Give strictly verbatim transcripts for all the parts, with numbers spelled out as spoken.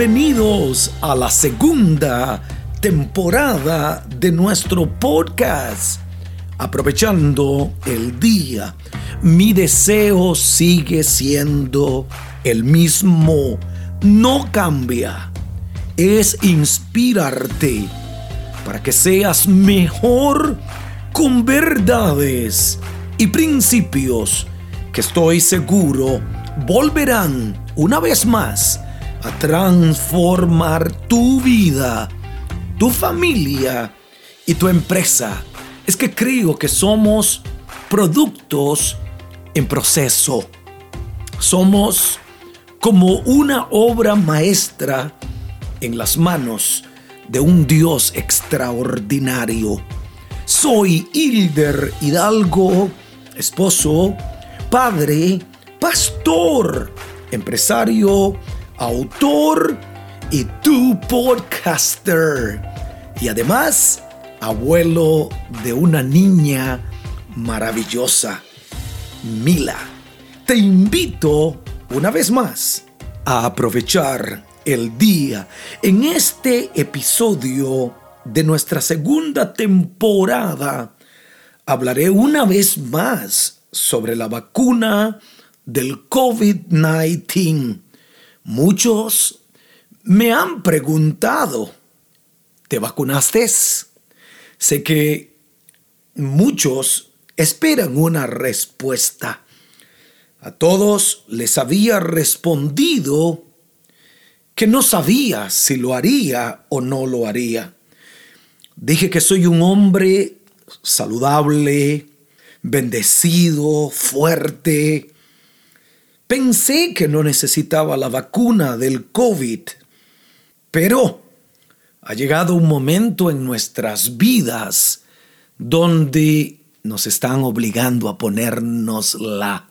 Bienvenidos a la segunda temporada de nuestro podcast. Aprovechando el día, mi deseo sigue siendo el mismo, no cambia. Es inspirarte para que seas mejor con verdades y principios que estoy seguro volverán una vez más a transformar tu vida, tu familia y tu empresa. Es que creo que somos productos en proceso. Somos como una obra maestra en las manos de un Dios extraordinario. Soy Hilder Hidalgo, esposo, padre, pastor, empresario, autor y tu podcaster. Y además, abuelo de una niña maravillosa, Mila. Te invito una vez más a aprovechar el día en este episodio de nuestra segunda temporada. Hablaré una vez más sobre la vacuna del COVID diecinueve. Muchos me han preguntado, ¿te vacunaste? Sé que muchos esperan una respuesta. A todos les había respondido que no sabía si lo haría o no lo haría. Dije que soy un hombre saludable, bendecido, fuerte. Pensé que no necesitaba la vacuna del COVID, pero ha llegado un momento en nuestras vidas donde nos están obligando a ponérnosla.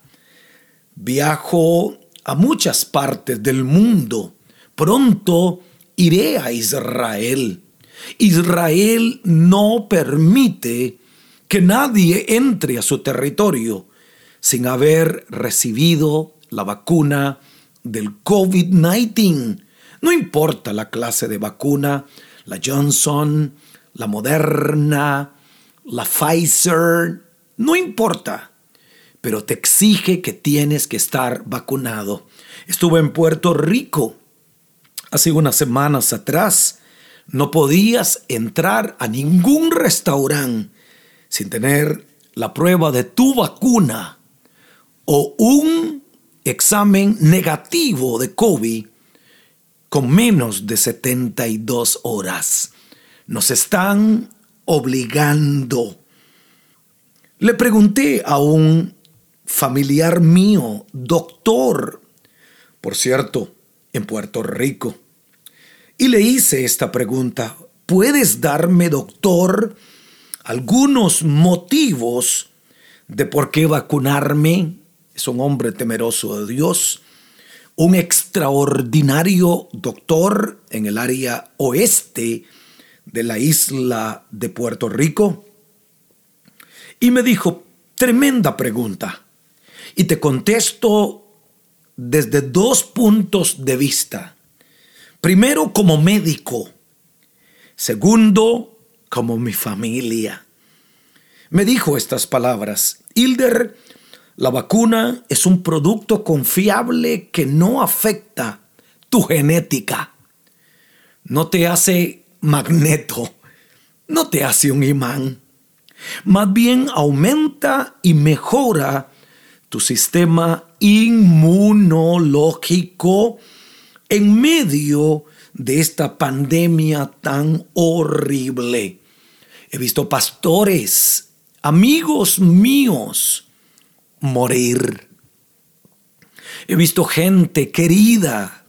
Viajo a muchas partes del mundo. Pronto iré a Israel. Israel no permite que nadie entre a su territorio sin haber recibido la vacuna del COVID diecinueve. No importa la clase de vacuna, la Johnson, la Moderna, la Pfizer, no importa, pero te exige que tienes que estar vacunado. Estuve en Puerto Rico hace unas semanas atrás. No podías entrar a ningún restaurante sin tener la prueba de tu vacuna o un examen negativo de COVID con menos de setenta y dos horas. Nos están obligando. Le pregunté a un familiar mío, doctor, por cierto, en Puerto Rico, y le hice esta pregunta: ¿puedes darme, doctor, algunos motivos de por qué vacunarme? Es un hombre temeroso de Dios, un extraordinario doctor en el área oeste de la isla de Puerto Rico. Y me dijo, tremenda pregunta. Y te contesto desde dos puntos de vista. Primero, como médico. Segundo, como mi familia. Me dijo estas palabras: Hilder, la vacuna es un producto confiable que no afecta tu genética. No te hace magneto, no te hace un imán. Más bien aumenta y mejora tu sistema inmunológico en medio de esta pandemia tan horrible. He visto pastores, amigos míos, morir. He visto gente querida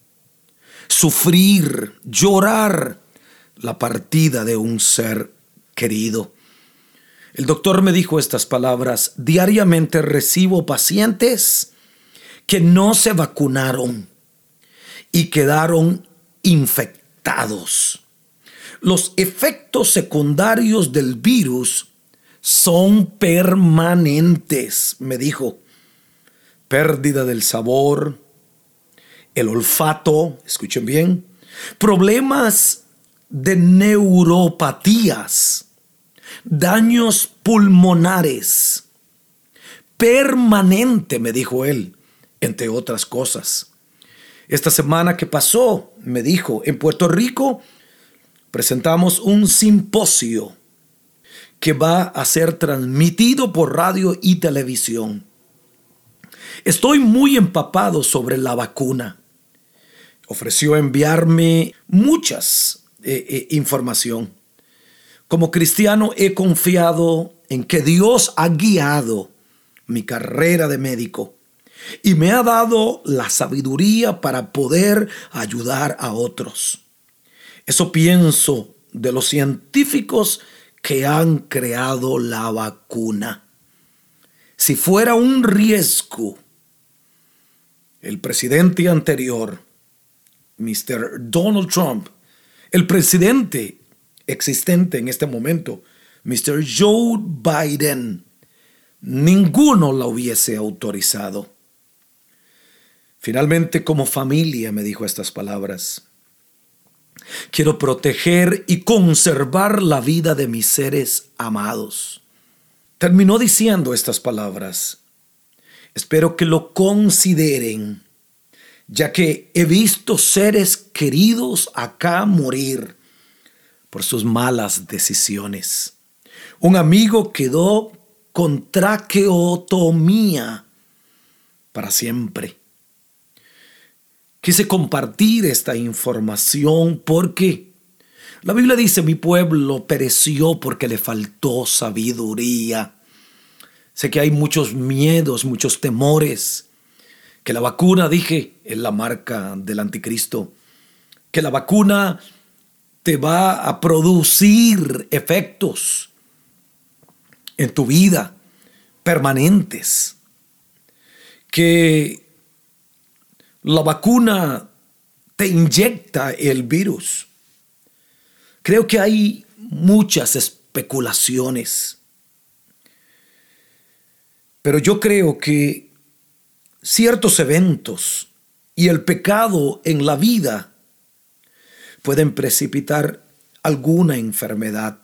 sufrir, llorar la partida de un ser querido. El doctor me dijo estas palabras: diariamente recibo pacientes que no se vacunaron y quedaron infectados. Los efectos secundarios del virus son permanentes, me dijo. Pérdida del sabor, el olfato, escuchen bien, problemas de neuropatías, daños pulmonares, permanente, me dijo él, entre otras cosas. Esta semana que pasó, me dijo, en Puerto Rico presentamos un simposio que va a ser transmitido por radio y televisión. Estoy muy empapado sobre la vacuna. Ofreció enviarme muchas eh, eh, información. Como cristiano he confiado en que Dios ha guiado mi carrera de médico y me ha dado la sabiduría para poder ayudar a otros. Eso pienso de los científicos que han creado la vacuna. Si fuera un riesgo, el presidente anterior, mister Donald Trump, el presidente existente en este momento, mister Joe Biden, ninguno la hubiese autorizado. Finalmente, como familia, me dijo estas palabras: quiero proteger y conservar la vida de mis seres amados. Terminó diciendo estas palabras: espero que lo consideren, ya que he visto seres queridos acá morir por sus malas decisiones. Un amigo quedó con traqueotomía para siempre. Quise compartir esta información porque la Biblia dice: mi pueblo pereció porque le faltó sabiduría. Sé que hay muchos miedos, muchos temores. Que la vacuna, dije, es la marca del anticristo. Que la vacuna te va a producir efectos en tu vida permanentes. Que la vacuna te inyecta el virus. Creo que hay muchas especulaciones. Pero yo creo que ciertos eventos y el pecado en la vida pueden precipitar alguna enfermedad.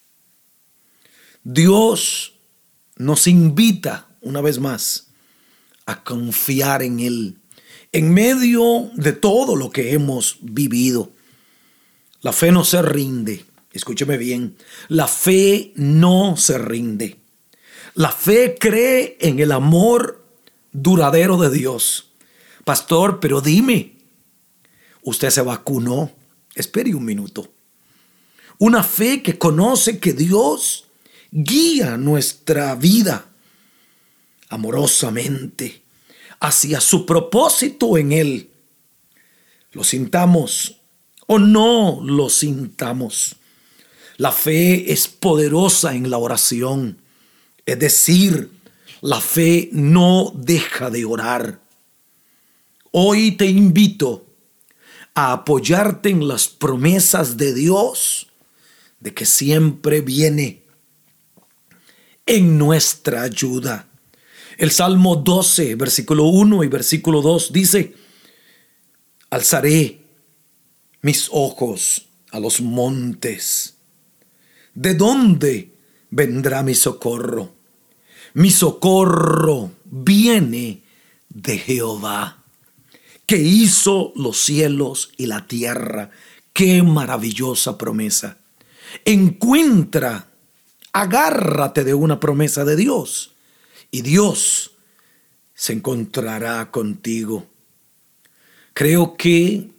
Dios nos invita una vez más a confiar en Él en medio de todo lo que hemos vivido. La fe no se rinde. Escúcheme bien. La fe no se rinde. La fe cree en el amor duradero de Dios. Pastor, pero dime, ¿usted se vacunó? Espere un minuto. Una fe que conoce que Dios guía nuestra vida amorosamente hacia su propósito en Él. Lo sintamos o no lo sintamos. La fe es poderosa en la oración. Es decir, la fe no deja de orar. Hoy te invito a apoyarte en las promesas de Dios, de que siempre viene en nuestra ayuda. El Salmo doce, versículo uno y versículo dos dice: alzaré mis ojos a los montes. ¿De dónde vendrá mi socorro? Mi socorro viene de Jehová, que hizo los cielos y la tierra. ¡Qué maravillosa promesa! Encuentra, agárrate de una promesa de Dios y Dios se encontrará contigo. Creo que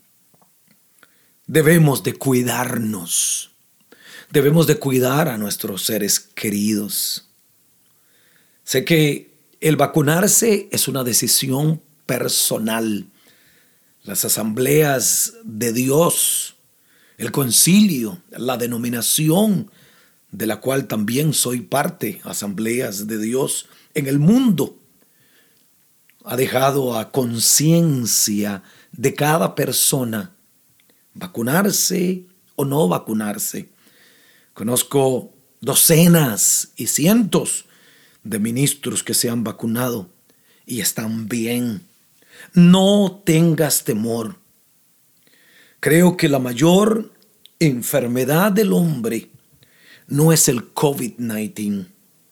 debemos de cuidarnos, debemos de cuidar a nuestros seres queridos. Sé que el vacunarse es una decisión personal. Las asambleas de Dios, el concilio, la denominación de la cual también soy parte, asambleas de Dios en el mundo, ha dejado a conciencia de cada persona vacunarse o no vacunarse. Conozco docenas y cientos de ministros que se han vacunado y están bien. No tengas temor. Creo que la mayor enfermedad del hombre no es el COVID diecinueve.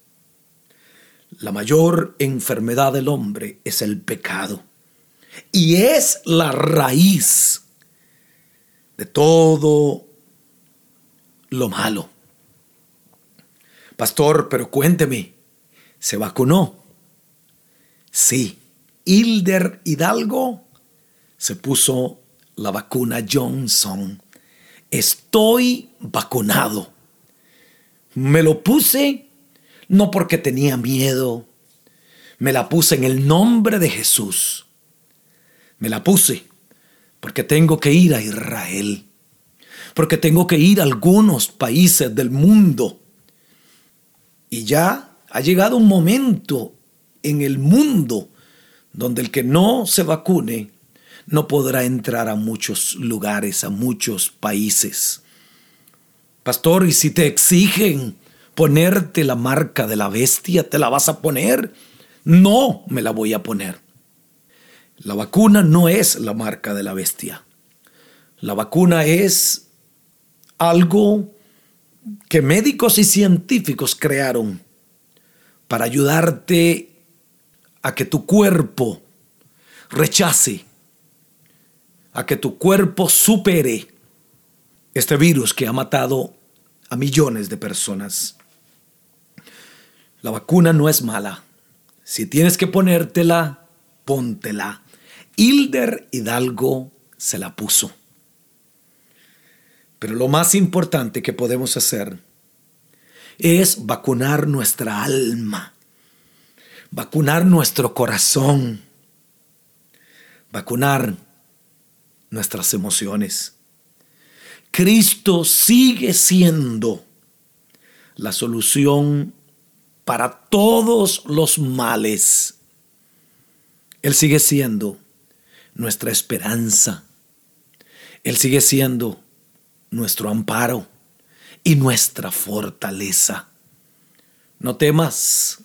La mayor enfermedad del hombre es el pecado. Y es la raíz de todo lo malo. Pastor, pero cuénteme, ¿se vacunó? Sí, Hilder Hidalgo se puso la vacuna Johnson. Estoy vacunado. Me lo puse no porque tenía miedo. Me la puse en el nombre de Jesús. Me la puse porque tengo que ir a Israel. Porque tengo que ir a algunos países del mundo. Y ya ha llegado un momento en el mundo donde el que no se vacune no podrá entrar a muchos lugares, a muchos países. Pastor, ¿y si te exigen ponerte la marca de la bestia, te la vas a poner? No me la voy a poner. La vacuna no es la marca de la bestia. La vacuna es algo que médicos y científicos crearon para ayudarte a que tu cuerpo rechace, a que tu cuerpo supere este virus que ha matado a millones de personas. La vacuna no es mala. Si tienes que ponértela, póntela. Hilder Hidalgo se la puso. Pero lo más importante que podemos hacer es vacunar nuestra alma, vacunar nuestro corazón, vacunar nuestras emociones. Cristo sigue siendo la solución para todos los males. Él sigue siendo nuestra esperanza. Él sigue siendo nuestro amparo y nuestra fortaleza. No temas.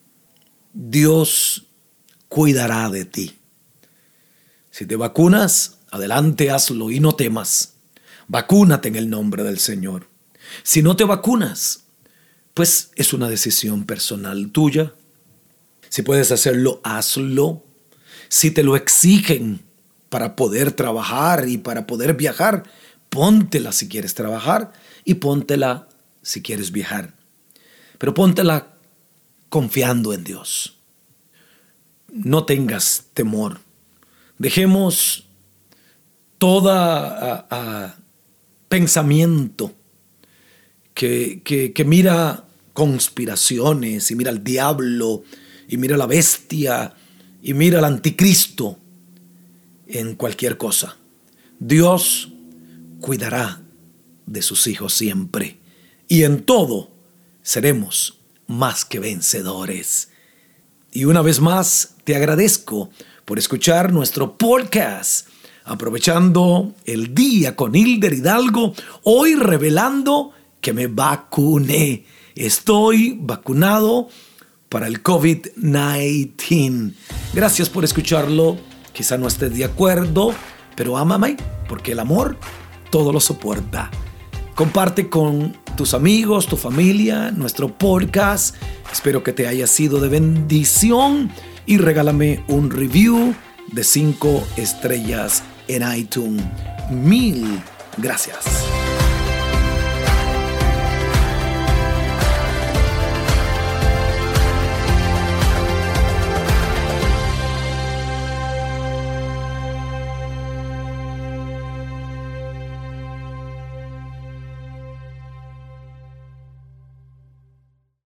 Dios cuidará de ti. Si te vacunas, adelante, hazlo y no temas. Vacúnate en el nombre del Señor. Si no te vacunas, pues es una decisión personal tuya. Si puedes hacerlo, hazlo. Si te lo exigen para poder trabajar y para poder viajar, póntela si quieres trabajar y póntela si quieres viajar. Pero póntela confiando en Dios. No tengas temor. Dejemos todo pensamiento que, que, que mira conspiraciones y mira al diablo y mira a la bestia y mira al anticristo en cualquier cosa. Dios cuidará de sus hijos siempre y en todo seremos más que vencedores. Y una vez más te agradezco por escuchar nuestro podcast, aprovechando el día con Hilder Hidalgo, hoy revelando que me vacuné. Estoy vacunado para el COVID diecinueve. Gracias por escucharlo. Quizá no estés de acuerdo, pero ámame, porque el amor todo lo soporta. Comparte con tus amigos, tu familia, nuestro podcast. Espero que te haya sido de bendición y regálame un review de cinco estrellas en iTunes. Mil gracias.